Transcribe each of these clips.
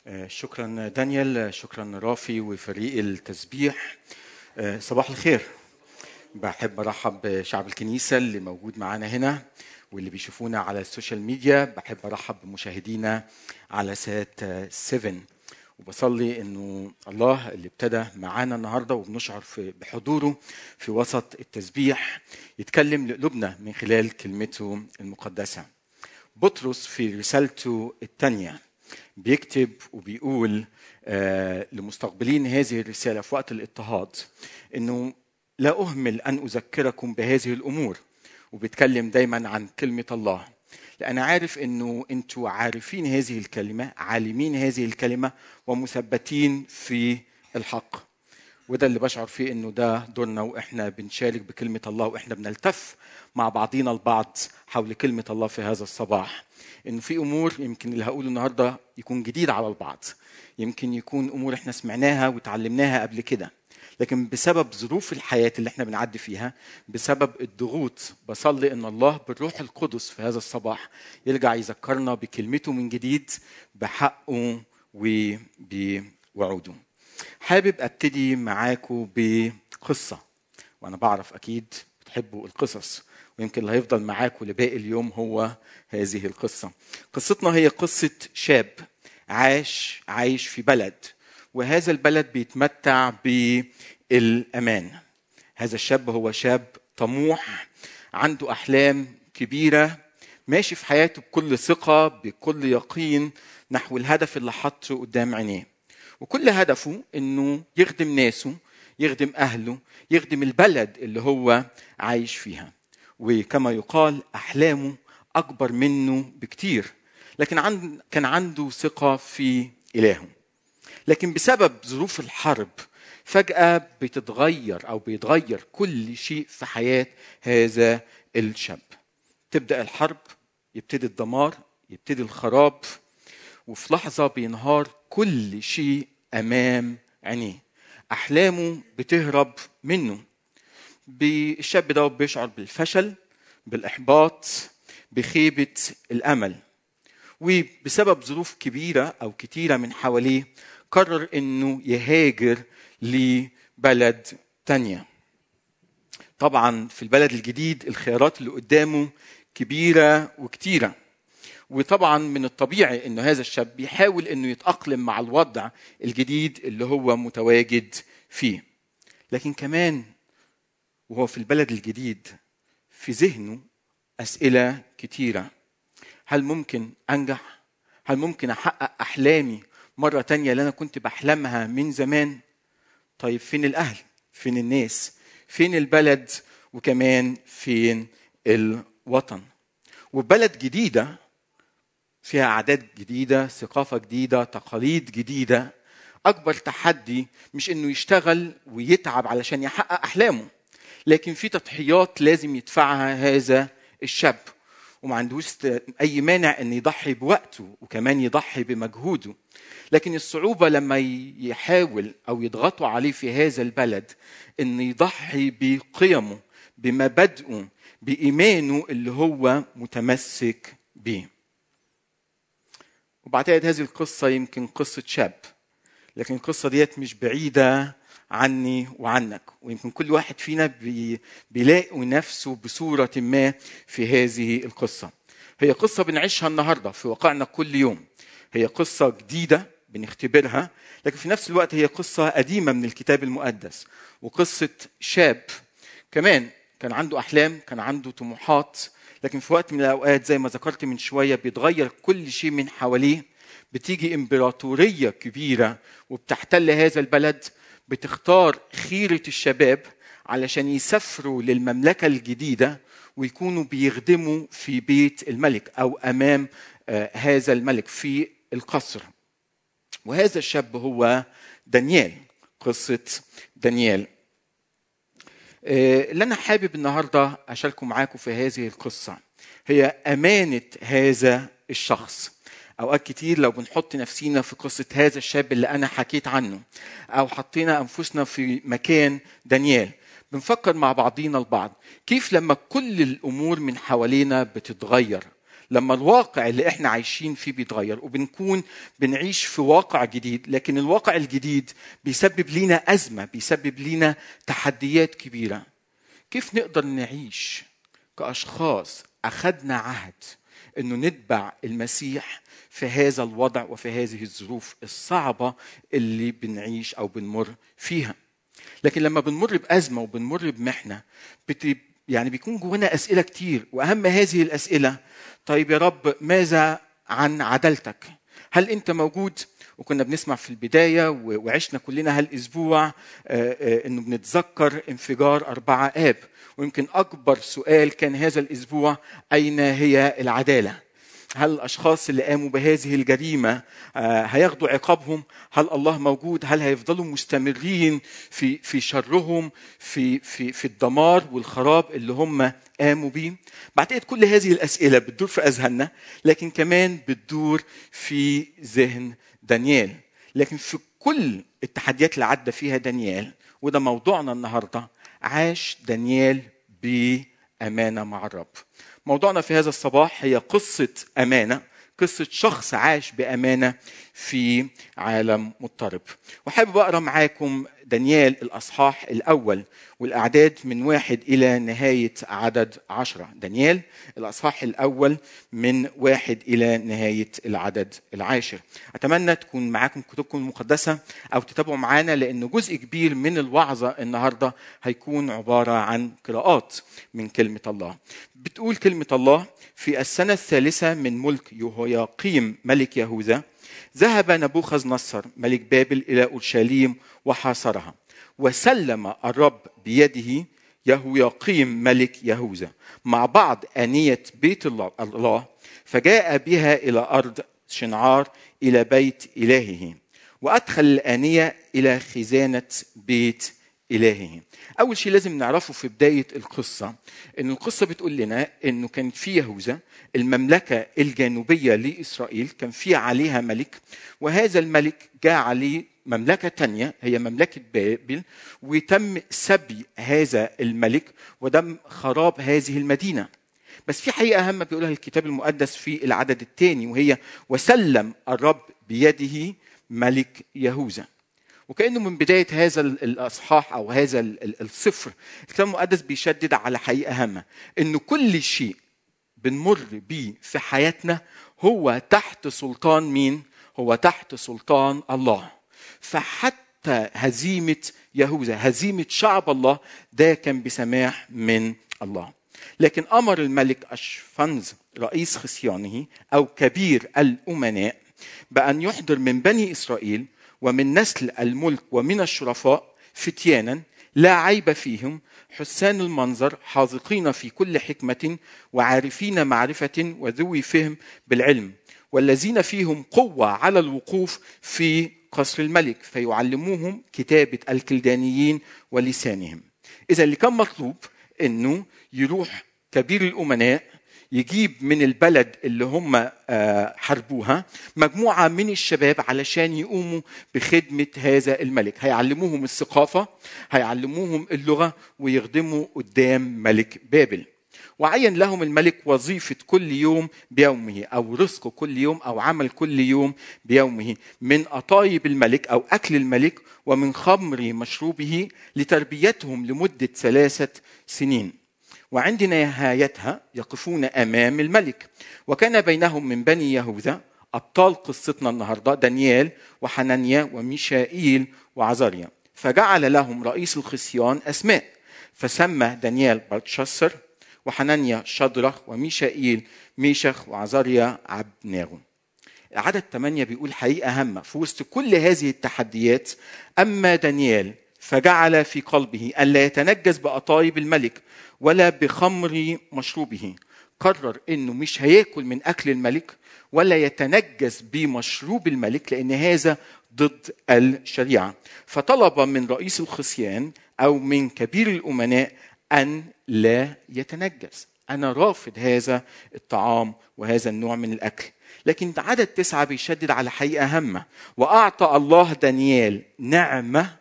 شكرا دانيال، شكرا رافي وفريق التسبيح. صباح الخير. بحب ارحب بشعب الكنيسة اللي موجود معانا هنا واللي بيشوفونا على السوشيال ميديا. بحب ارحب بمشاهدينا على سات 7، وبصلي انه الله اللي ابتدى معانا النهارده وبنشعر بحضوره في وسط التسبيح يتكلم لقلوبنا من خلال كلمته المقدسة. بطرس في رسالته الثانية بيكتب وبيقول لمستقبلين هذه الرسالة في وقت الاضطهاد انه لا أهمل أن أذكركم بهذه الأمور، وبيتكلم دايما عن كلمة الله، لأن عارف أنه أنتوا عارفين هذه الكلمة، عالمين هذه الكلمة ومثبتين في الحق. وده اللي بشعر فيه أنه ده دورنا، وإحنا بنشارك بكلمة الله وإحنا بنلتف مع بعضينا البعض حول كلمة الله في هذا الصباح. إنه في أمور يمكن اللي هقوله النهاردة يكون جديد على البعض، يمكن يكون أمور إحنا سمعناها وتعلمناها قبل كده، لكن بسبب ظروف الحياة اللي احنا بنعدي فيها، بسبب الضغوط، بصلي ان الله بالروح القدس في هذا الصباح يرجع يذكرنا بكلمته من جديد، بحقه وبوعوده. حابب ابتدي معاكم بقصة، وانا بعرف اكيد بتحبوا القصص، ويمكن اللي هيفضل معاكم لباقي اليوم هو هذه القصة. قصتنا هي قصة شاب عايش في بلد، وهذا البلد بيتمتع بالأمان. هذا الشاب هو شاب طموح، عنده أحلام كبيرة، ماشي في حياته بكل ثقة بكل يقين نحو الهدف اللي حطه قدام عينيه، وكل هدفه إنه يخدم ناسه، يخدم أهله، يخدم البلد اللي هو عايش فيها. وكما يقال أحلامه أكبر منه بكتير، لكن كان عنده ثقة في إلهه. لكن بسبب ظروف الحرب فجأة بيتغير كل شيء في حياة هذا الشاب. تبدأ الحرب، يبتدي الدمار، يبتدي الخراب، وفي لحظة بينهار كل شيء أمام عينيه. أحلامه بتهرب منه. الشاب ده بيشعر بالفشل، بالإحباط، بخيبة الأمل، وبسبب ظروف كبيرة أو كتيرة من حواليه قرر إنه يهاجر لبلد تانية. طبعا في البلد الجديد الخيارات اللي قدامه كبيرة وكتيرة، وطبعا من الطبيعي إنه هذا الشاب يحاول إنه يتأقلم مع الوضع الجديد اللي هو متواجد فيه. لكن كمان وهو في البلد الجديد في ذهنه أسئلة كتيرة. هل ممكن أنجح؟ هل ممكن أحقق أحلامي مرة تانية اللي أنا كنت بحلمها من زمان؟ طيب فين الأهل؟ فين الناس؟ فين البلد؟ وكمان فين الوطن؟ وبلد جديدة فيها عادات جديدة، ثقافة جديدة، تقاليد جديدة. أكبر تحدي مش إنه يشتغل ويتعب علشان يحقق أحلامه، لكن في تضحيات لازم يدفعها هذا الشاب، وما عندوش أي مانع أن يضحي بوقته وكمان يضحي بمجهوده. لكن الصعوبة لما يحاول أو يضغطوا عليه في هذا البلد أن يضحي بقيمه، بمبادئه، بإيمانه اللي هو متمسك به. وبعتقد هذه القصة يمكن قصة شاب، لكن القصة ديت مش بعيدة عني وعنك، ويمكن كل واحد فينا بيلاقي نفسه بصورة ما في هذه القصة. هي قصة بنعيشها النهاردة في واقعنا كل يوم، هي قصة جديدة بنختبرها، لكن في نفس الوقت هي قصة قديمة من الكتاب المقدس، وقصة شاب كمان كان عنده أحلام، كان عنده طموحات، لكن في وقت من الأوقات زي ما ذكرت من شوية بيتغير كل شيء من حواليه. بتيجي إمبراطورية كبيرة وبتحتل هذا البلد، بتختار خيرة الشباب علشان يسافروا للمملكة الجديدة ويكونوا بيخدموا في بيت الملك أو أمام هذا الملك في القصر. وهذا الشاب هو دانيال، قصة دانيال اللي أنا حابب النهاردة أشاركه معاكم في هذه القصة. هي أمانة هذا الشخص. أوقات كتير لو بنحط نفسينا في قصة هذا الشاب اللي أنا حكيت عنه، أو حطينا أنفسنا في مكان دانيال، بنفكر مع بعضينا البعض كيف لما كل الأمور من حوالينا بتتغير، لما الواقع اللي احنا عايشين فيه بيتغير وبنكون بنعيش في واقع جديد، لكن الواقع الجديد بيسبب لينا أزمة، بيسبب لينا تحديات كبيرة. كيف نقدر نعيش كأشخاص أخذنا عهد إنه نتبع المسيح في هذا الوضع وفي هذه الظروف الصعبة اللي بنعيش أو بنمر فيها؟ لكن لما بنمر بأزمة وبنمر بمحنة يعني بيكون جوانا أسئلة كتير، وأهم هذه الأسئلة: طيب يا رب ماذا عن عدالتك؟ هل أنت موجود؟ وكنا بنسمع في البداية وعشنا كلنا هالأسبوع إنه بنتذكر انفجار 4 آب، ويمكن أكبر سؤال كان هذا الأسبوع: أين هي العدالة؟ هل الأشخاص اللي قاموا بهذه الجريمة هياخدوا عقابهم؟ هل الله موجود؟ هل هيفضلوا مستمرين في شرهم، في الدمار والخراب اللي هم قاموا بيه؟ بعتقد كل هذه الأسئلة بتدور في أذهاننا، لكن كمان بتدور في ذهن دانيال. لكن في كل التحديات اللي عدى فيها دانيال، وده موضوعنا النهاردة، عاش دانيال بأمانة مع الرب. موضوعنا في هذا الصباح هي قصة أمانة، قصة شخص عاش بأمانة في عالم مضطرب. وحابب أقرأ معاكم دانيال الأصحاح الأول والأعداد من 1 إلى نهاية عدد 10. دانيال الأصحاح الأول من 1 إلى نهاية العدد 10. أتمنى تكون معاكم كتبكم المقدسة أو تتابعوا معانا، لأنه جزء كبير من الوعظة النهاردة هيكون عبارة عن قراءات من كلمة الله. بتقول كلمة الله: في السنة 3 من ملك يهوياقيم ملك يهوذا، ذهب نبوخذ نصر ملك بابل إلى أورشليم وحاصرها، وسلم الرب بيده يهوياقيم ملك يهوذا مع بعض آنية بيت الله، فجاء بها إلى أرض شنعار إلى بيت إلهه، وأدخل الآنية إلى خزانة بيت إلهه. أول شيء لازم نعرفه في بداية القصة، إن القصة بتقول لنا إنه كان في يهوذا المملكة الجنوبية لإسرائيل، كان في عليها ملك، وهذا الملك جاء عليه مملكة تانية هي مملكة بابل، وتم سبي هذا الملك ودم خراب هذه المدينة. بس في حقيقة أهم بيقولها الكتاب المقدس في العدد الثاني، وهي: وسلم الرب بيده ملك يهوذا. وكأنه من بداية هذا الأصحاح أو هذا السفر الكتاب المقدس بيشدد على حقيقة هامة، إنه كل شيء بنمر بيه في حياتنا هو تحت سلطان مين؟ هو تحت سلطان الله. فحتى هزيمة يهوذا، هزيمة شعب الله، ده كان بسماح من الله. لكن أمر الملك أشفنز رئيس خصيانه أو كبير الأمناء بأن يحضر من بني إسرائيل ومن نسل الملك ومن الشرفاء فتيانا لا عيب فيهم، حسان المنظر، حاذقين في كل حكمة، وعارفين معرفة، وذوي فهم بالعلم، والذين فيهم قوة على الوقوف في قصر الملك، فيعلموهم كتابة الكلدانيين ولسانهم. إذا اللي كان مطلوب إنه يروح كبير الأمناء يجيب من البلد اللي هم حربوها مجموعة من الشباب علشان يقوموا بخدمة هذا الملك، هيعلموهم الثقافة، هيعلموهم اللغة، ويخدموا قدام ملك بابل. وعين لهم الملك وظيفة كل يوم بيومه، أو رزق كل يوم، أو عمل كل يوم بيومه، من أطايب الملك أو أكل الملك، ومن خمر مشروبه، لتربيتهم لمدة 3 سنين. وعند نهايتها يقفون أمام الملك. وكان بينهم من بني يهوذا أبطال قصتنا النهاردة: دانيال وحنانيا وميشائيل وعزاريا. فجعل لهم رئيس الخصيان أسماء، فسمى دانيال بلتشسر، وحنانيا شدرخ، وميشائيل ميشخ، وعزاريا عبدناغو. عدد 8 بيقول حقيقة هامة في وسط كل هذه التحديات: أما دانيال فجعل في قلبه ألا يتنجس بأطايب الملك ولا بخمر مشروبه. قرر إنه مش هياكل من أكل الملك ولا يتنجس بمشروب الملك، لأن هذا ضد الشريعة. فطلب من رئيس الخصيان أو من كبير الأمناء أن لا يتنجس. أنا رافض هذا الطعام وهذا النوع من الأكل. لكن عدد 9 بيشدد على حقيقة هامة: وأعطى الله دانيال نعمة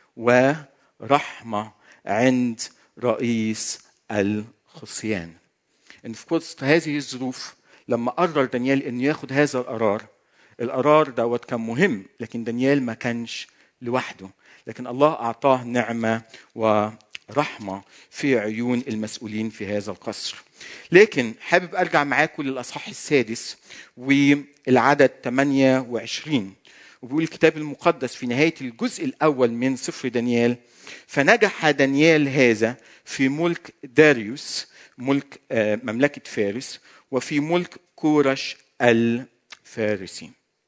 ورحمة عند رئيس الخصيان. إن في وسط هذه الظروف لما قرر دانيال انه ياخد هذا القرار دوت كان مهم، لكن دانيال ما كانش لوحده، لكن الله اعطاه نعمه ورحمه في عيون المسؤولين في هذا القصر. لكن حابب ارجع معاكم للاصحاح السادس والعدد 28، وبيقول الكتاب المقدس في نهايه الجزء الاول من سفر دانيال: فنجح دانيال هذا في ملك داريوس ملك مملكه فارس، وفي ملك كورش الفارسي.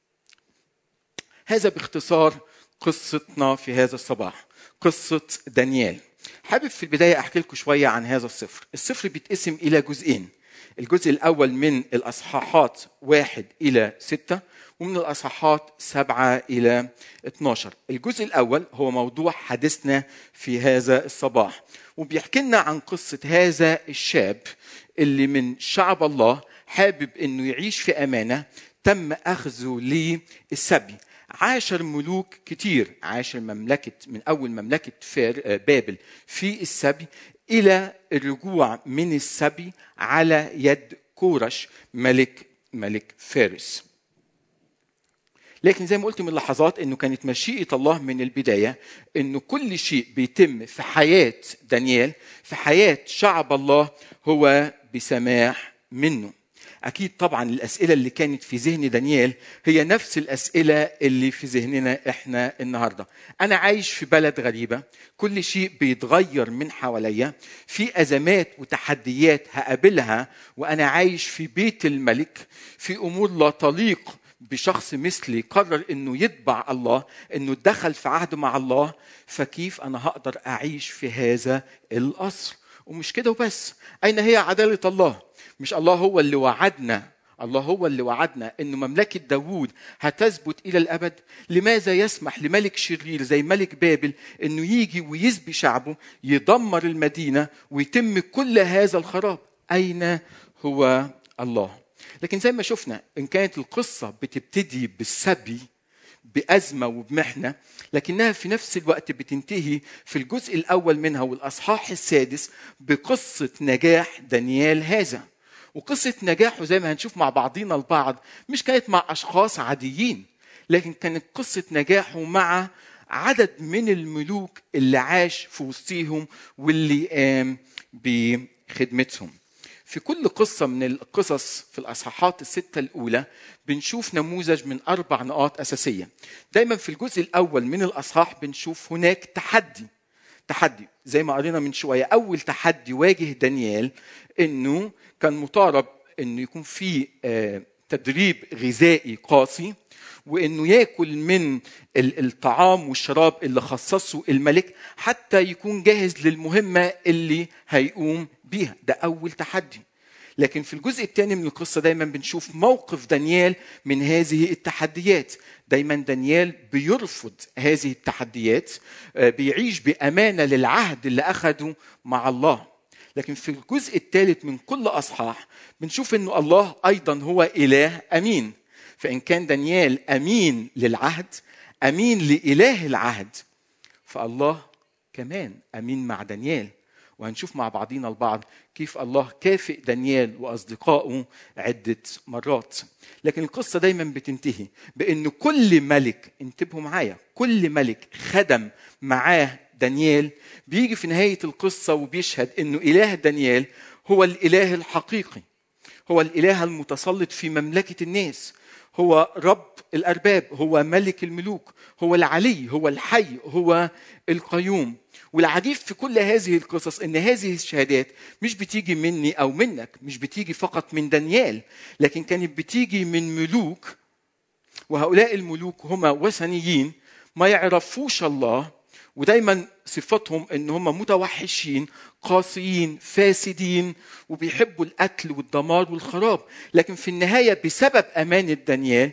هذا باختصار قصتنا في هذا الصباح، قصة دانيال. حابب في البداية أحكي لكم شوية عن هذا السفر. السفر بيتقسم إلى جزئين، الجزء الأول من الأصحاحات 1 إلى 6، ومن الأصحاحات 7 إلى 12. الجزء الأول هو موضوع حديثنا في هذا الصباح، وبيحكي لنا عن قصة هذا الشاب اللي من شعب الله حابب إنه يعيش في أمانة، تم أخذه للسبي. عاشر ملوك كتير، عاشر مملكة من أول مملكة بابل في السبي إلى الرجوع من السبي على يد كورش ملك فارس. لكن زي ما قلت من لحظات انه كانت مشيئة الله من البداية انه كل شيء بيتم في حياة دانيال، في حياة شعب الله، هو بسماح منه. أكيد طبعا الأسئلة اللي كانت في ذهن دانيال هي نفس الأسئلة اللي في ذهننا إحنا النهاردة. أنا عايش في بلد غريبة، كل شيء بيتغير من حواليا، في أزمات وتحديات هقابلها وأنا عايش في بيت الملك، في أمور لا تليق بشخص مثلي قرر إنه يتبع الله، إنه دخل في عهد مع الله. فكيف أنا هقدر أعيش في هذا القصر؟ ومش كده وبس، أين هي عدالة الله؟ مش الله هو اللي وعدنا، الله هو اللي وعدنا إنه مملكة داوود هتثبت إلى الأبد؟ لماذا يسمح لملك شرير زي ملك بابل إنه يجي ويسبي شعبه، يدمر المدينة ويتم كل هذا الخراب؟ أين هو الله؟ لكن زي ما شفنا إن كانت القصة بتبتدي بالسبي بأزمة وبمحنة، لكنها في نفس الوقت بتنتهي في الجزء الأول منها والأصحاح السادس بقصة نجاح دانيال هذا. وقصة نجاحه زي ما هنشوف مع بعضينا البعض مش كانت مع أشخاص عاديين، لكن كانت قصة نجاحه مع عدد من الملوك اللي عاش في وسطهم واللي قام بخدمتهم. في كل قصة من القصص في الأصحاحات الستة الأولى بنشوف نموذج من 4 نقاط أساسية. دايما في الجزء الأول من الأصحاح بنشوف هناك تحدي زي ما قرينا من شوية. أول تحدي واجه دانيال إنه كان مطالب إنه يكون في تدريب غذائي قاسي، وإنه يأكل من الطعام والشراب اللي خصصه الملك حتى يكون جاهز للمهمة اللي هيقوم بيها. ده أول تحدي. لكن في الجزء الثاني من القصة دايما بنشوف موقف دانيال من هذه التحديات. دايما دانيال بيرفض هذه التحديات، بيعيش بأمانة للعهد اللي أخده مع الله. لكن في الجزء الثالث من كل أصحاح بنشوف إنه الله أيضا هو إله أمين. فإن كان دانيال أمين للعهد، أمين لإله العهد، فالله كمان أمين مع دانيال. وهنشوف مع بعضينا البعض كيف الله كافئ دانيال وأصدقائه عدة مرات. لكن القصة دايما بتنتهي بأن كل ملك، انتبهوا معايا، كل ملك خدم معاه دانيال بيجي في نهاية القصة وبيشهد أنه إله دانيال هو الإله الحقيقي، هو الإله المتسلط في مملكة الناس، هو رب الأرباب، هو ملك الملوك، هو العلي، هو الحي، هو القيوم. والعجيب في كل هذه القصص إن هذه الشهادات مش بتيجي مني أو منك، مش بتيجي فقط من دانيال، لكن كانت بتيجي من ملوك، وهؤلاء الملوك هم وثنيين ما يعرفوش الله، ودايما صفتهم ان هم متوحشين، قاسيين، فاسدين، وبيحبوا القتل والدمار والخراب. لكن في النهاية بسبب أمانة دانيال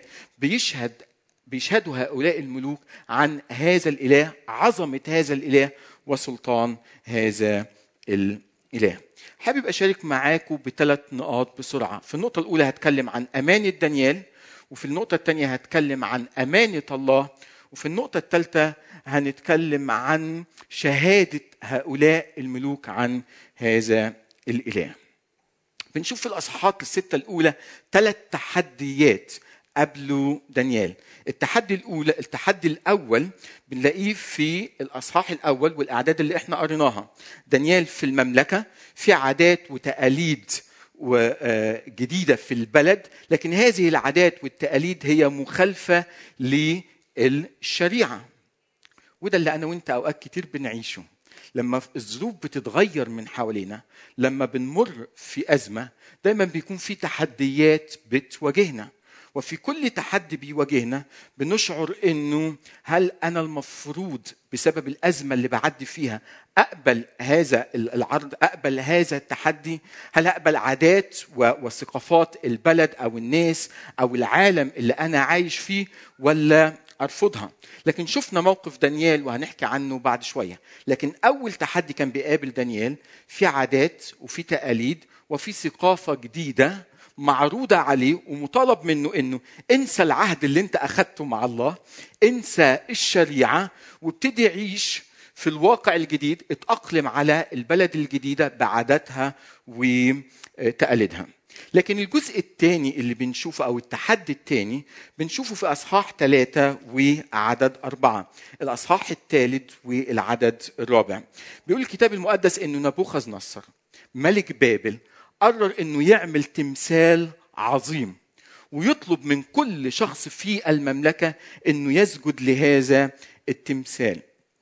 بيشهدوا هؤلاء الملوك عن هذا الإله، عظمة هذا الإله وسلطان هذا الإله. حابب أشارك معاكم ب3 نقاط بسرعة. في النقطة الأولى هتكلم عن أمانة دانيال، وفي النقطة الثانية هتكلم عن أمانة الله، وفي النقطة الثالثة هنتكلم عن شهادة هؤلاء الملوك عن هذا الإله. بنشوف في الأصحاحات الستة الأولى 3 تحديات قبلوا دانيال. التحدي الأول بنلاقيه في الأصحاح الأول والأعداد اللي احنا قريناها. دانيال في المملكة، في عادات وتقاليد وجديدة في البلد، لكن هذه العادات والتقاليد هي مخالفة للشريعة. وده اللي أنا وإنت أوقات كتير بنعيشه لما الظروف بتتغير من حوالينا. لما بنمر في أزمة دايما بيكون في تحديات بتواجهنا، وفي كل تحدي بيواجهنا بنشعر إنه هل أنا المفروض بسبب الأزمة اللي بعدي فيها أقبل هذا العرض، أقبل هذا التحدي؟ هل أقبل عادات وثقافات البلد أو الناس أو العالم اللي أنا عايش فيه، ولا أرفضها؟ لكن شفنا موقف دانيال وهنحكي عنه بعد شوية. لكن أول تحدي كان بيقابل دانيال في عادات وفي تقاليد وفي ثقافة جديدة معروضة عليه، ومطالب منه إنه انسى العهد اللي انت أخدته مع الله، انسى الشريعة، وابتدي عيش في الواقع الجديد، اتأقلم على البلد الجديدة بعاداتها وتقاليدها. لكن الجزء الثاني اللي بنشوفه أو التحدي الثاني بنشوفه في أصحاح 3 وعدد 4. الأصحاح الثالث والعدد 4 بيقول الكتاب المقدس إنه نبوخذ نصر ملك بابل قرر إنه يعمل تمثال عظيم، ويطلب من كل شخص في المملكة إنه يسجد لهذا التمثال.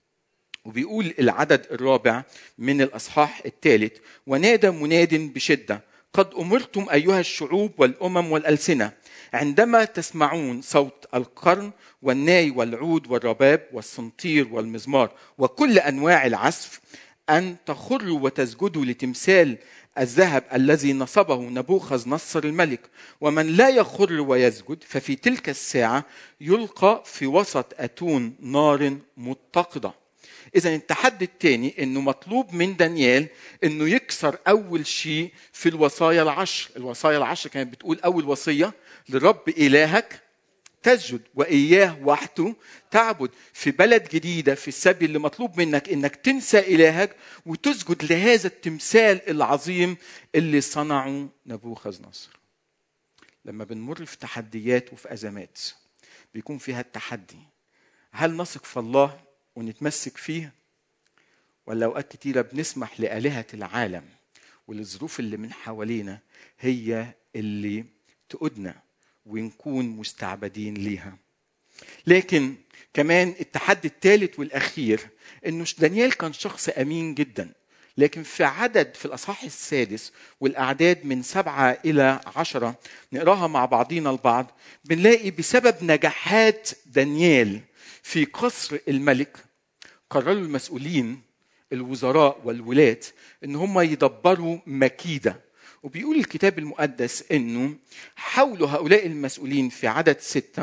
وبيقول العدد 4 من الأصحاح الثالث: ونادى مناد بشدة: قد أمرتم أيها الشعوب والأمم والألسنة عندما تسمعون صوت القرن والناي والعود والرباب والصنطير والمزمار وكل أنواع العزف أن تخروا وتسجدوا لتمثال الذهب الذي نصبه نبوخذ نصر الملك. ومن لا يخر ويسجد ففي تلك الساعة يلقى في وسط أتون نار متقدة. إذن التحدي الثاني إنه مطلوب من دانيال إنه يكسر أول شيء في الوصايا العشر. الوصايا العشر كانت بتقول أول وصية: لرب إلهك تسجد وإياه وحده تعبد. في بلد جديدة في السبي اللي مطلوب منك إنك تنسى إلهك وتسجد لهذا التمثال العظيم اللي صنعه نبوخذ نصر. لما بنمر في تحديات وفي أزمات بيكون فيها التحدي: هل نثق في الله ونتمسك فيه، ولا أوقات كتيرة بنسمح لآلهة العالم والظروف اللي من حوالينا هي اللي تقودنا ونكون مستعبدين ليها؟ لكن كمان التحدي الثالث والأخير إنه دانيال كان شخص أمين جدا. لكن في الأصحاح السادس والأعداد من 7 إلى 10 نقراها مع بعضينا البعض، بنلاقي بسبب نجاحات دانيال في قصر الملك قرروا المسؤولين الوزراء والولاة إن هم يدبروا مكيدة. وبيقول الكتاب المقدس إنه حاولوا هؤلاء المسؤولين في عدد 6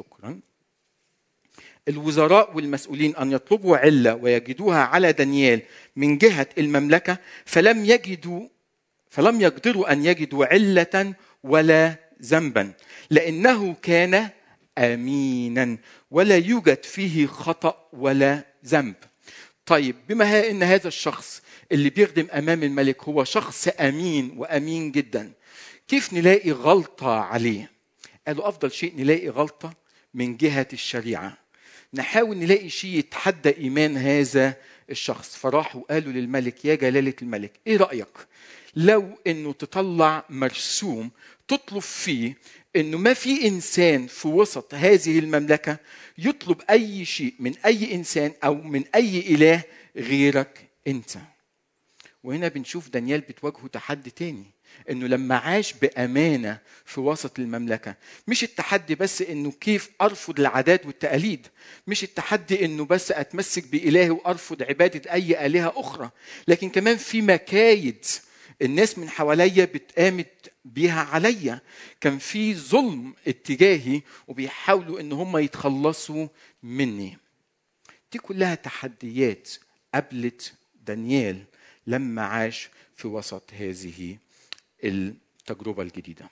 الوزراء والمسؤولين أن يطلبوا علة ويجدوها على دانيال من جهة المملكة، فلم يقدروا أن يجدوا علة ولا ذنبا، لأنه كان أمينا ولا يوجد فيه خطأ ولا ذنب. طيب، بما أن هذا الشخص اللي بيخدم أمام الملك هو شخص أمين وأمين جدا، كيف نلاقي غلطة عليه؟ قالوا أفضل شيء نلاقي غلطة من جهة الشريعة، نحاول نلاقي شيء يتحدى إيمان هذا الشخص. فراحوا قالوا للملك: يا جلالة الملك، إيه رأيك لو إنه تطلع مرسوم تطلب فيه إنه ما في إنسان في وسط هذه المملكة يطلب أي شيء من أي إنسان أو من أي إله غيرك أنت؟ وهنا بنشوف دانيال بتواجهه تحدي تاني، إنه لما عاش بأمانة في وسط المملكة، مش التحدي بس إنه كيف أرفض العادات والتقاليد، مش التحدي إنه بس أتمسك بإلهي وأرفض عبادة أي آلهة أخرى، لكن كمان في مكايد الناس من حواليا بتقامت بيها عليا. كان في ظلم اتجاهي وبيحاولوا إن هم يتخلصوا مني. دي كلها تحديات قابلت دانيال لما عاش في وسط هذه التجربة الجديدة.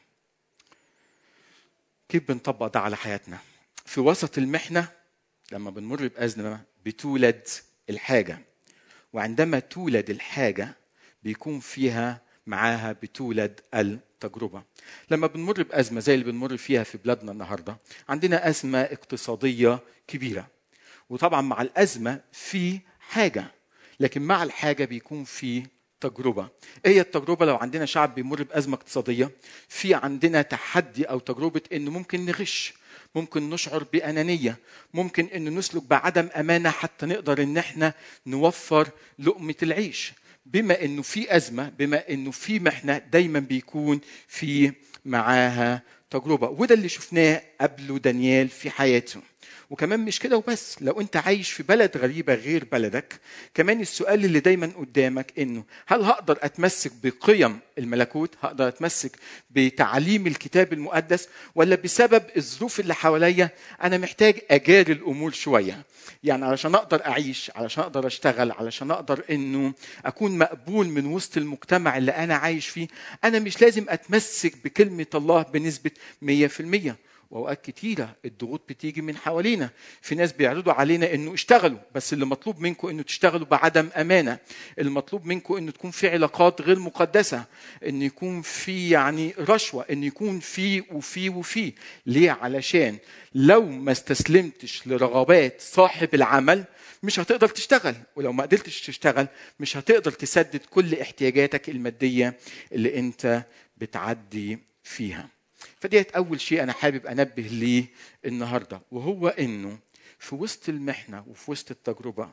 كيف بنطبق ده على حياتنا؟ في وسط المحنة لما بنمر بأزمة بتولد الحاجة، وعندما تولد الحاجة بيكون فيها معاها بتولد التجربة. لما بنمر بأزمة زي اللي بنمر فيها في بلادنا النهاردة، عندنا أزمة اقتصادية كبيرة، وطبعا مع الأزمة في حاجة، لكن مع الحاجة بيكون في تجربة. ايه هي التجربة؟ لو عندنا شعب بيمر بأزمة اقتصادية، في عندنا تحدي أو تجربة إنه ممكن نغش، ممكن نشعر بأنانية، ممكن إنه نسلك بعدم أمانة حتى نقدر إن احنا نوفر لقمة العيش. بما إنه في أزمة، بما إنه في محنة، دايما بيكون في معاها تجربة. وده اللي شفناه قبله دانيال في حياته. وكمان مش كده وبس، لو انت عايش في بلد غريبة غير بلدك، كمان السؤال اللي دايما قدامك انه هل هقدر اتمسك بقيم الملكوت، هقدر اتمسك بتعليم الكتاب المقدس، ولا بسبب الظروف اللي حواليا انا محتاج اجاري الامور شوية؟ يعني علشان اقدر اعيش، علشان اقدر اشتغل، علشان اقدر انه اكون مقبول من وسط المجتمع اللي انا عايش فيه، انا مش لازم اتمسك بكلمة الله بنسبة 100%. واوقات كتيره الضغوط بتيجي من حوالينا، في ناس بيعرضوا علينا انه اشتغلوا، بس اللي مطلوب منكم انه تشتغلوا بعدم امانه، المطلوب منكم انه تكون في علاقات غير مقدسه، ان يكون في يعني رشوه، ان يكون في وفي. ليه؟ علشان لو ما استسلمتش لرغبات صاحب العمل مش هتقدر تشتغل، ولو ما قدرتش تشتغل مش هتقدر تسدد كل احتياجاتك الماديه اللي انت بتعدي فيها. فديت أول شيء أنا حابب أنبه ليه النهاردة، وهو إنه في وسط المحنة وفي وسط التجربة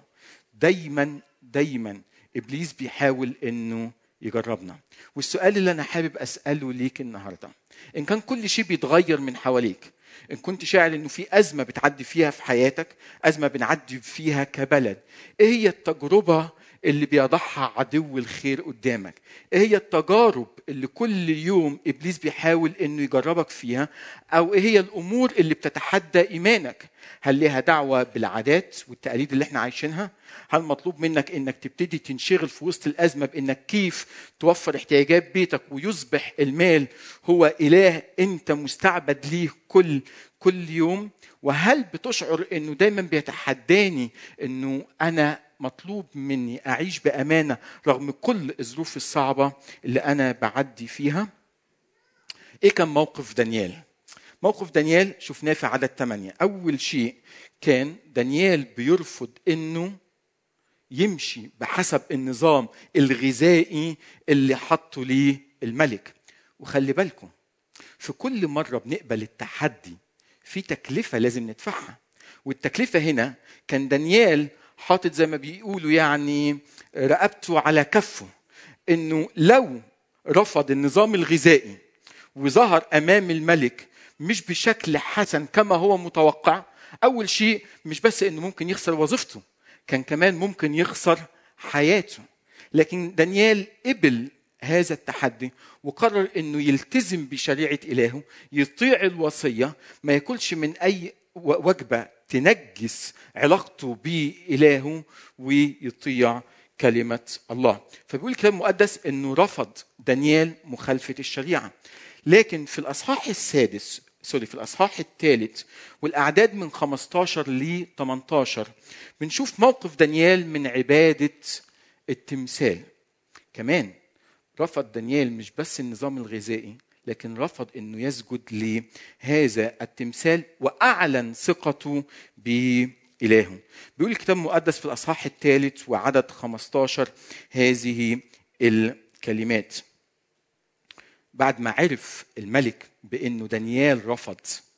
دايما إبليس بيحاول إنه يجربنا. والسؤال اللي أنا حابب أسأله ليك النهاردة، إن كان كل شيء بيتغير من حواليك، إن كنت شاعر إنه في أزمة بتعدي فيها في حياتك، أزمة بنعدي فيها كبلد، إيه هي التجربة اللي بيضعها عدو الخير قدامك؟ ايه هي التجارب اللي كل يوم ابليس بيحاول انه يجربك فيها؟ او ايه هي الامور اللي بتتحدى ايمانك؟ هل لها دعوه بالعادات والتقاليد اللي احنا عايشينها؟ هل مطلوب منك انك تبتدي تنشغل في وسط الازمه بانك كيف توفر احتياجات بيتك ويصبح المال هو اله انت مستعبد ليه كل يوم؟ وهل بتشعر انه دايما بيتحداني انه انا مطلوب مني أعيش بأمانة رغم كل الظروف الصعبة اللي أنا بعدي فيها؟ إيه كان موقف دانيال؟ موقف دانيال شفناه في عدد 8. أول شيء كان دانيال بيرفض إنه يمشي بحسب النظام الغذائي اللي حطه ليه الملك. وخلي بالكم، في كل مرة بنقبل التحدي في تكلفة لازم ندفعها، والتكلفة هنا كان دانيال حاطط زي ما بيقولوا يعني رقبته على كفه، انه لو رفض النظام الغذائي وظهر امام الملك مش بشكل حسن كما هو متوقع، اول شيء مش بس انه ممكن يخسر وظيفته، كان كمان ممكن يخسر حياته. لكن دانيال قبل هذا التحدي وقرر انه يلتزم بشريعة الهه، يطيع الوصية، ما ياكلش من اي وجبة تنجس علاقته بإلهه، ويطيع كلمة الله. فبيقول الكتاب المقدس انه رفض دانيال مخالفة الشريعة. لكن في الأصحاح في الأصحاح الثالث والأعداد من 15 ل 18 بنشوف موقف دانيال من عبادة التمثال. كمان رفض دانيال مش بس النظام الغذائي، لكن رفض انه يسجد لهذا التمثال واعلن ثقته بإلهه. بيقول الكتاب المقدس في الأصحاح الثالث وعدد 15 هذه الكلمات: بعد ما عرف الملك بانه دانيال رفض،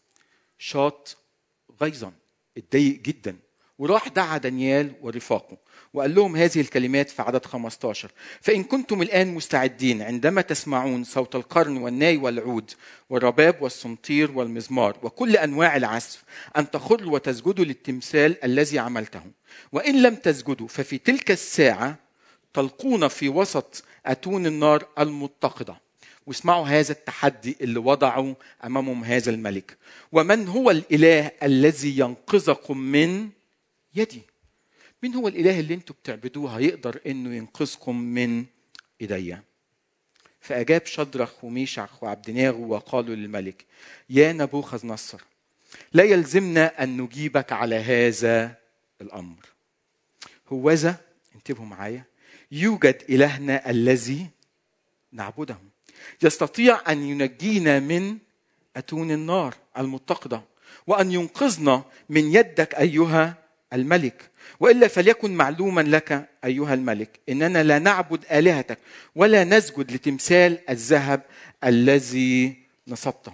شاط غيظا، اتضايق جدا، وراح دعا دانيال ورفاقه وقال لهم هذه الكلمات في عدد 15: فإن كنتم الآن مستعدين عندما تسمعون صوت القرن والناي والعود والرباب والسنطير والمزمار وكل أنواع العزف أن تخروا وتسجدوا للتمثال الذي عملته، وإن لم تسجدوا ففي تلك الساعة تلقون في وسط أتون النار المتقدة. واسمعوا هذا التحدي اللي وضعوا أمامهم هذا الملك: ومن هو الإله الذي ينقذكم من يدي؟ مين هو الإله اللي انتوا بتعبدوه هيقدر انه ينقذكم من إيديا؟ فأجاب شدرخ وميشخ وعبدناغو وقالوا للملك: يا نبوخذ نصر، لا يلزمنا أن نجيبك على هذا الأمر. هوذا، انتبهوا معايا، يوجد إلهنا الذي نعبده. يستطيع أن ينجينا من أتون النار المتقدة، وأن ينقذنا من يدك أيها الملك. وإلا فليكن معلوما لك أيها الملك إننا لا نعبد آلهتك ولا نسجد لتمثال الذهب الذي نصبته.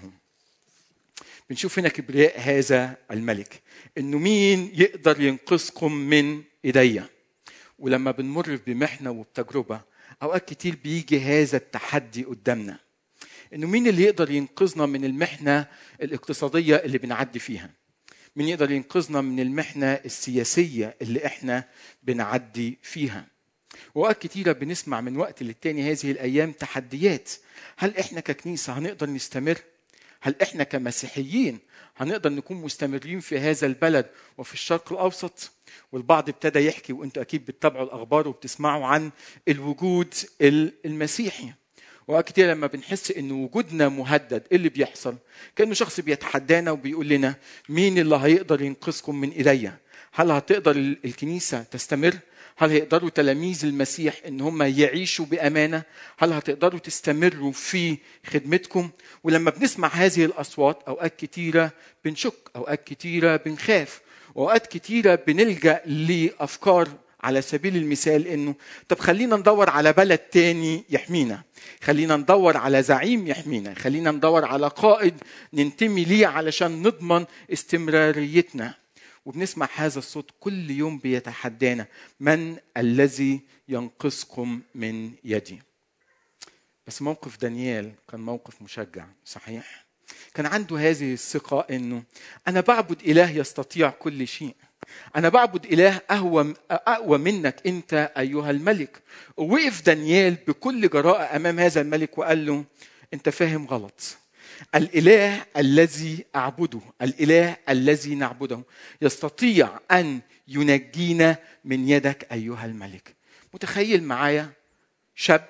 بنشوف هنا كبرياء هذا الملك، إنه مين يقدر ينقذكم من إيديا. ولما بنمر بمحنة وبتجربة أوقات كتير بيجي هذا التحدي قدامنا، إنه مين اللي يقدر ينقذنا من المحنة الاقتصادية اللي بنعدي فيها، مين يقدر ينقذنا من المحنة السياسية اللي إحنا بنعدي فيها. وأوقات كتيرة بنسمع من وقت للتاني هذه الأيام تحديات. هل إحنا ككنيسة هنقدر نستمر؟ هل إحنا كمسيحيين هنقدر نكون مستمرين في هذا البلد وفي الشرق الأوسط؟ والبعض ابتدى يحكي، وانتوا أكيد بتتابعوا الأخبار وبتسمعوا عن الوجود المسيحي. وأوقات كتير لما بنحس إن وجودنا مهدد، اللي بيحصل كأنه شخص بيتحدانا وبيقول لنا مين اللي هيقدر ينقذكم من إيديا؟ هل هتقدر الكنيسة تستمر؟ هل هيقدروا تلاميذ المسيح إن هم يعيشوا بأمانة؟ هل هتقدروا تستمروا في خدمتكم؟ ولما بنسمع هذه الأصوات أوقات كتيرة بنشك، أوقات كتيرة بنخاف، وأوقات كتيرة بنلجأ لأفكار على سبيل المثال إنه طب خلينا ندور على بلد تاني يحمينا، خلينا ندور على زعيم يحمينا، خلينا ندور على قائد ننتمي ليه علشان نضمن استمراريتنا. وبنسمع هذا الصوت كل يوم بيتحدانا، من الذي ينقذكم من يدي؟ بس موقف دانيال كان موقف مشجع، صحيح؟ كان عنده هذه الثقة إنه أنا بعبد إله يستطيع كل شيء، أنا بعبد إله أقوى منك أنت أيها الملك. ووقف دانيال بكل جراءة أمام هذا الملك وقال له أنت فاهم غلط. الإله الذي أعبده، الإله الذي نعبده يستطيع أن ينجينا من يدك أيها الملك. متخيل معايا شاب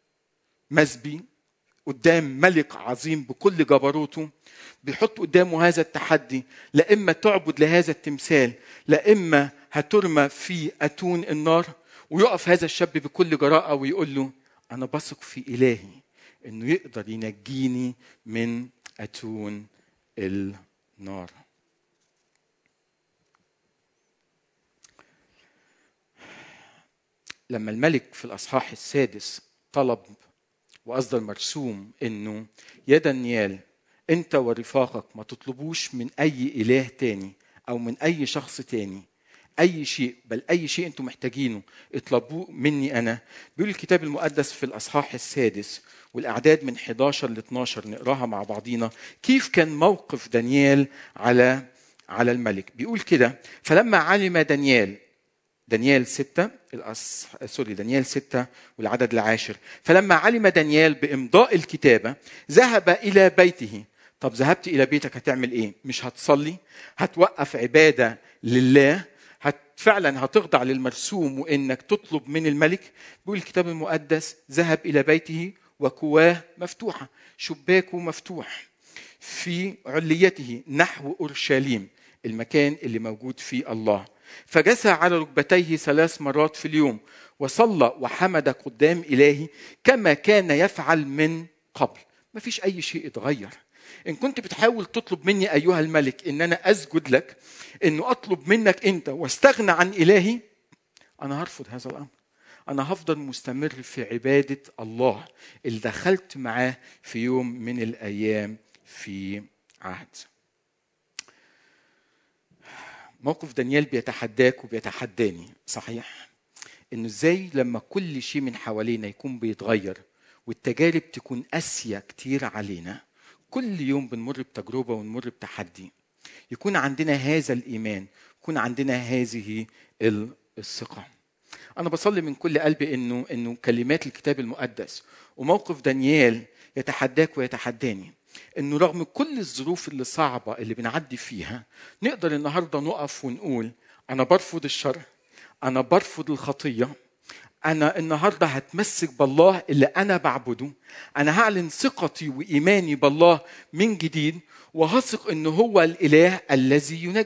مسبي قدام ملك عظيم بكل جبروته، بيحط قدامه هذا التحدي، لا إما تعبد لهذا التمثال لا إما هترمى في أتون النار. ويقف هذا الشاب بكل جراءة ويقول له أنا بثق في إلهي إنه يقدر ينجيني من أتون النار. لما الملك في الأصحاح السادس طلب وأصدر مرسوم إنه يا دانيال أنت ورفاقك ما تطلبوش من أي إله تاني أو من أي شخص تاني أي شيء، بل أي شيء أنتم محتاجينه اطلبوه مني أنا. بيقول الكتاب المقدس في الأصحاح السادس والأعداد من 11 ل 12 نقراها مع بعضينا كيف كان موقف دانيال على الملك. بيقول كده: فلما علم دانيال 6 والعدد 10. فلما علم دانيال بإمضاء الكتابة ذهب إلى بيته. طب ذهبت إلى بيتك هتعمل إيه؟ مش هتصلي؟ هتوقف عبادة لله؟ فعلا هتخضع للمرسوم وإنك تطلب من الملك؟ بيقول الكتاب المقدس ذهب إلى بيته وكواه مفتوحة، شباكه مفتوح في عليته نحو أورشليم، المكان اللي موجود فيه الله. فجثى على ركبتيه 3 مرات في اليوم وصلى وحمد قدام إلهي كما كان يفعل من قبل. ما فيش أي شيء اتغير. إن كنت بتحاول تطلب مني أيها الملك إن أنا أسجد لك، إنه أطلب منك أنت واستغنى عن إلهي، أنا هرفض هذا الأمر. أنا هفضل مستمر في عبادة الله اللي دخلت معاه في يوم من الأيام في عهد. موقف دانيال بيتحداك وبيتحداني، صحيح؟ إنه إزاي لما كل شيء من حوالينا يكون بيتغير والتجارب تكون قاسية كتير علينا، كل يوم بنمر بتجربة ونمر بتحدي، يكون عندنا هذا الإيمان، يكون عندنا هذه الثقة. أنا بصلي من كل قلبي إنه كلمات الكتاب المقدس وموقف دانيال يتحداك ويتحداني، إنه رغم كل الظروف اللي صعبة اللي بنعدي فيها نقدر النهاردة نقف ونقول أنا برفض الشر، أنا برفض الخطية، أنا النهاردة هتمسك بالله اللي أنا بعبده، أنا هعلن ثقتي وإيماني بالله من جديد، وهثق إنه هو الإله الذي ينجي.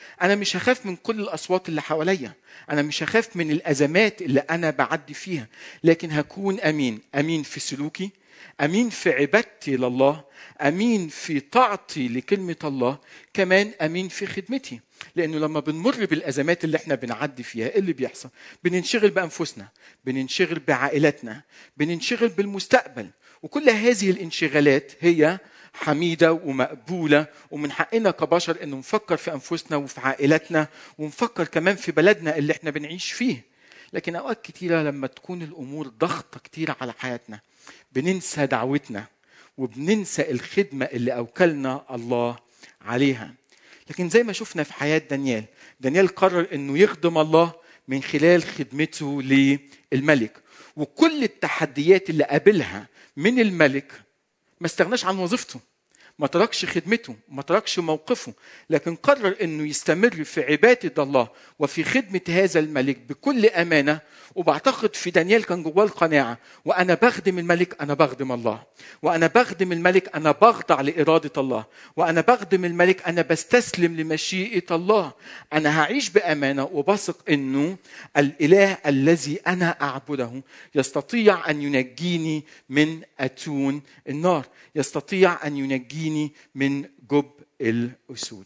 أنا مش هخاف من كل الأصوات اللي حواليا، أنا مش هخاف من الأزمات اللي أنا بعدي فيها، لكن هكون أمين. أمين في سلوكي، أمين في عبادتي لله، أمين في طاعتي لكلمة الله، كمان أمين في خدمتي. لأنه لما بنمر بالأزمات اللي احنا بنعدي فيها، إيه اللي بيحصل؟ بننشغل بأنفسنا، بننشغل بعائلتنا، بننشغل بالمستقبل. وكل هذه الانشغالات هي حميدة ومقبولة، ومن حقنا كبشر أنه نفكر في أنفسنا وفي عائلتنا، ونفكر كمان في بلدنا اللي احنا بنعيش فيه. لكن أوقات كتيرة لما تكون الأمور ضغطة كتيرة على حياتنا، بننسى دعوتنا وبننسى الخدمة اللي أوكلنا الله عليها. لكن زي ما شفنا في حياة دانيال قرر أنه يخدم الله من خلال خدمته للملك. وكل التحديات اللي قابلها من الملك ما استغناش عن وظيفته، ما تركش خدمته، ما تركش موقفه، لكن قرر أنه يستمر في عبادة الله وفي خدمة هذا الملك بكل أمانة. وبعتقد في دانيال كان جواه القناعة، وأنا بخدم الملك أنا بخدم الله، وأنا بخدم الملك أنا بخضع لإرادة الله، وأنا بخدم الملك أنا بستسلم لمشيئة الله. أنا هعيش بأمانة وبثق أنه الإله الذي أنا أعبده يستطيع أن ينجيني من أتون النار، يستطيع أن ينجيني من جب الأسود.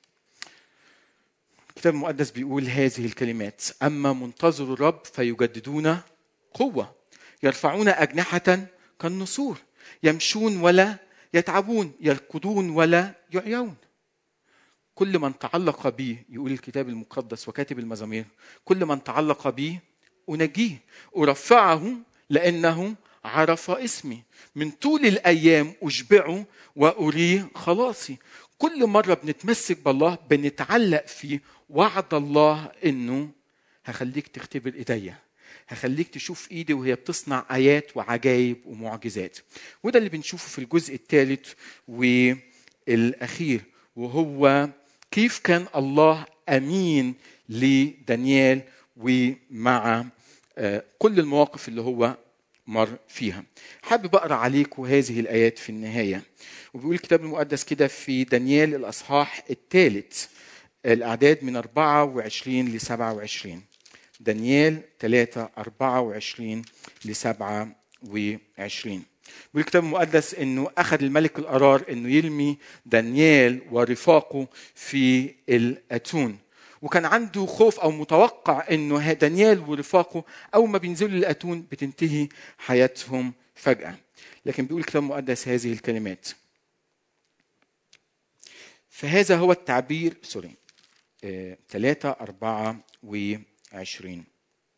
الكتاب المقدس بيقول هذه الكلمات: أما منتظر الرب فيجددون قوة، يرفعون أجنحة كالنسور، يمشون ولا يتعبون، يركضون ولا يعيون. كل من تعلق بي، يقول الكتاب المقدس وكاتب المزامير، كل من تعلق بي أنجيه، أرفعه لأنه عرف اسمي، من طول الأيام أشبعه وأريه خلاصي. كل مرة بنتمسك بالله بنتعلق في وعد الله إنه هخليك تختبر إيديا، هخليك تشوف إيدي وهي بتصنع آيات وعجائب ومعجزات. وده اللي بنشوفه في الجزء الثالث والأخير، وهو كيف كان الله أمين لدانيال ومع كل المواقف اللي هو مر فيها. حابب أقرأ عليكم هذه الآيات في النهاية. وبيقول الكتاب المقدس كده في دانيال الأصحاح الثالث، الأعداد من 24 ل 27. دانيال 3 24 ل 27. بيقول الكتاب المقدس إنه أخذ الملك القرار إنه يرمي دانيال ورفاقه في الأتون. وكان عنده خوف أو متوقع إنه دانيال ورفاقه أول ما بينزلوا للأتون بتنتهي حياتهم فجأة. لكن بيقول الكتاب المقدس هذه الكلمات. فهذا هو التعبير 3 24.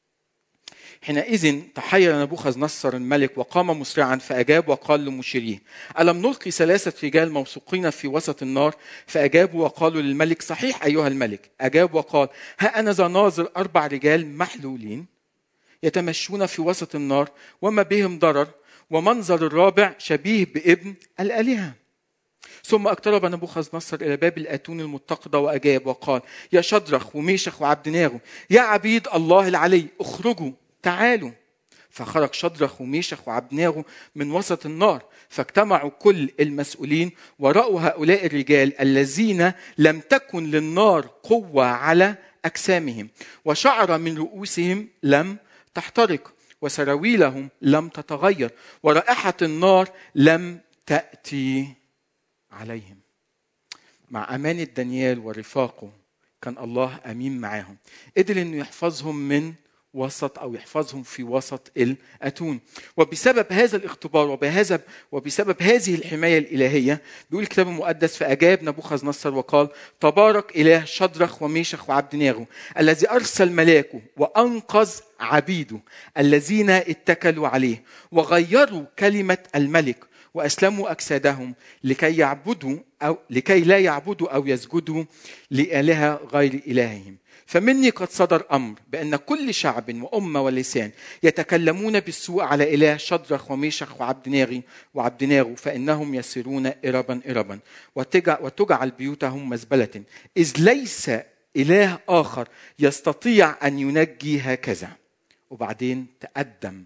حينئذ تحير نبوخذ نصر الملك وقام مسرعا فأجاب وقال لمشيريه: ألم نلقي 3 رجال موثوقين في وسط النار؟ فأجابوا وقالوا للملك: صحيح أيها الملك. أجاب وقال: ها أنا ذا ناظر 4 رجال محلولين يتمشون في وسط النار وما بهم ضرر، ومنظر الرابع شبيه بابن الآلهة. ثم اقترب نبوخذ نصر إلى باب الأتون المتقدة وأجاب وقال: يا شدرخ وميشخ وعبدناغو، يا عبيد الله العلي، اخرجوا تعالوا. فخرج شدرخ وميشخ وعبدناغو من وسط النار، فاجتمعوا كل المسؤولين ورأوا هؤلاء الرجال الذين لم تكن للنار قوة على أجسامهم، وشعر من رؤوسهم لم تحترق، وسراويلهم لم تتغير، ورائحة النار لم تأتي عليهم. مع أمانة دانيال ورفاقه كان الله أمين معهم، قدر إنه يحفظهم من وسط أو يحفظهم في وسط الأتون. وبسبب هذا الاختبار وبسبب هذه الحماية الإلهية، بيقول الكتاب المقدس: فأجاب نبوخذ نصر وقال: تبارك إله شدرخ وميشخ وعبدناغو الذي أرسل ملاكه وأنقذ عبيده الذين اتكلوا عليه وغيروا كلمة الملك وأسلموا أجسادهم لكي لا يعبدوا أو يسجدوا لآلهة غير إلههم. فمني قد صدر أمر بأن كل شعب وأمة ولسان يتكلمون بالسوء على إله شدرخ وميشخ وعبدناغو فإنهم يسيرون إربا وتجعل بيوتهم مزبلة، إذ ليس إله آخر يستطيع أن ينجي هكذا. وبعدين تقدم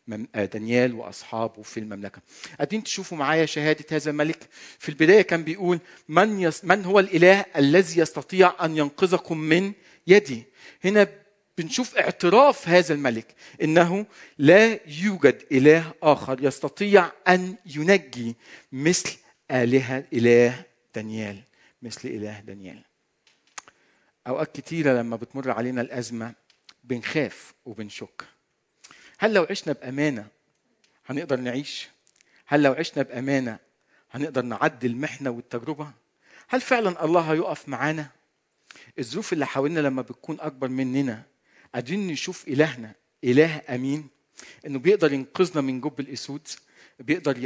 دانيال واصحابه في المملكه. قاعدين تشوفوا معايا شهاده هذا الملك. في البدايه كان بيقول من هو الاله الذي يستطيع ان ينقذكم من يدي. هنا بنشوف اعتراف هذا الملك انه لا يوجد اله اخر يستطيع ان ينجي مثل اله دانيال، مثل اله دانيال. اوقات كتيره لما بتمر علينا الازمه بنخاف وبنشك. هل لو عشنا بامانه هنقدر نعيش؟ هل لو عشنا بامانه هنقدر نعدي المحنه والتجربه؟ هل فعلا الله هيقف معانا؟ الظروف اللي حوالينا لما بتكون اكبر مننا قادرين نشوف الهنا اله امين، انه بيقدر ينقذنا من جب الاسود، بيقدر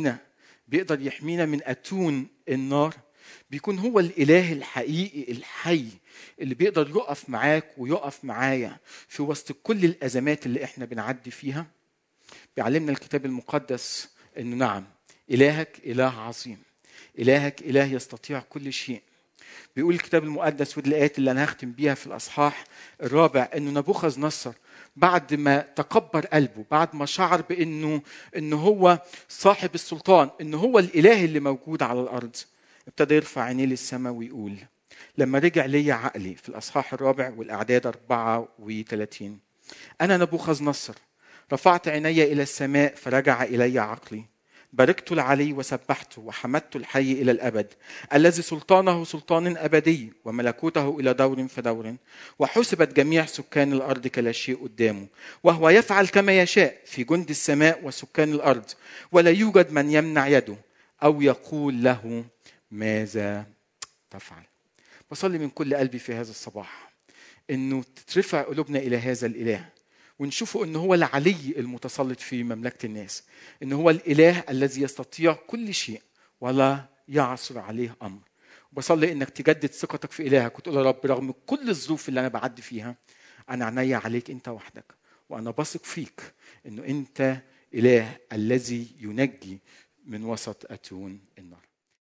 يحمينا من اتون النار، بيكون هو الاله الحقيقي الحي اللي بيقدر يقف معاك ويقف معايا في وسط كل الازمات اللي احنا بنعدي فيها. بيعلمنا الكتاب المقدس انه نعم، الهك اله عظيم، الهك اله يستطيع كل شيء. بيقول الكتاب المقدس، ودي الآيات اللي أنا هختم بيها في الأصحاح الرابع، إنه نبوخذ نصر بعد ما تكبر قلبه، بعد ما شعر إنه هو صاحب السلطان، إنه هو الإله اللي موجود على الأرض، ابتدى يرفع عينيه للسماء ويقول لما رجع لي عقلي، في الأصحاح الرابع والأعداد 34: أنا نبوخذ نصر رفعت عيني إلى السماء فرجع إلي عقلي، باركت العلي وسبحته وحمدت الحي إلى الأبد، الذي سلطانه سلطان أبدي وملكوته إلى دور فدور، وحسبت جميع سكان الأرض كلا شيء قدامه، وهو يفعل كما يشاء في جند السماء وسكان الأرض، ولا يوجد من يمنع يده أو يقول له ماذا تفعل. بصلي من كل قلبي في هذا الصباح إنه تترفع قلوبنا إلى هذا الإله، ونشوفه إنه هو العلي المتسلط في مملكة الناس، إنه هو الإله الذي يستطيع كل شيء ولا يعصر عليه أمر. وبصلي إنك تجدد ثقتك في إلهك وتقول يا رب رغم كل الظروف اللي أنا بعدي فيها أنا عيني عليك أنت وحدك، وأنا بثق فيك إنه أنت إله الذي ينجي من وسط أتون النار.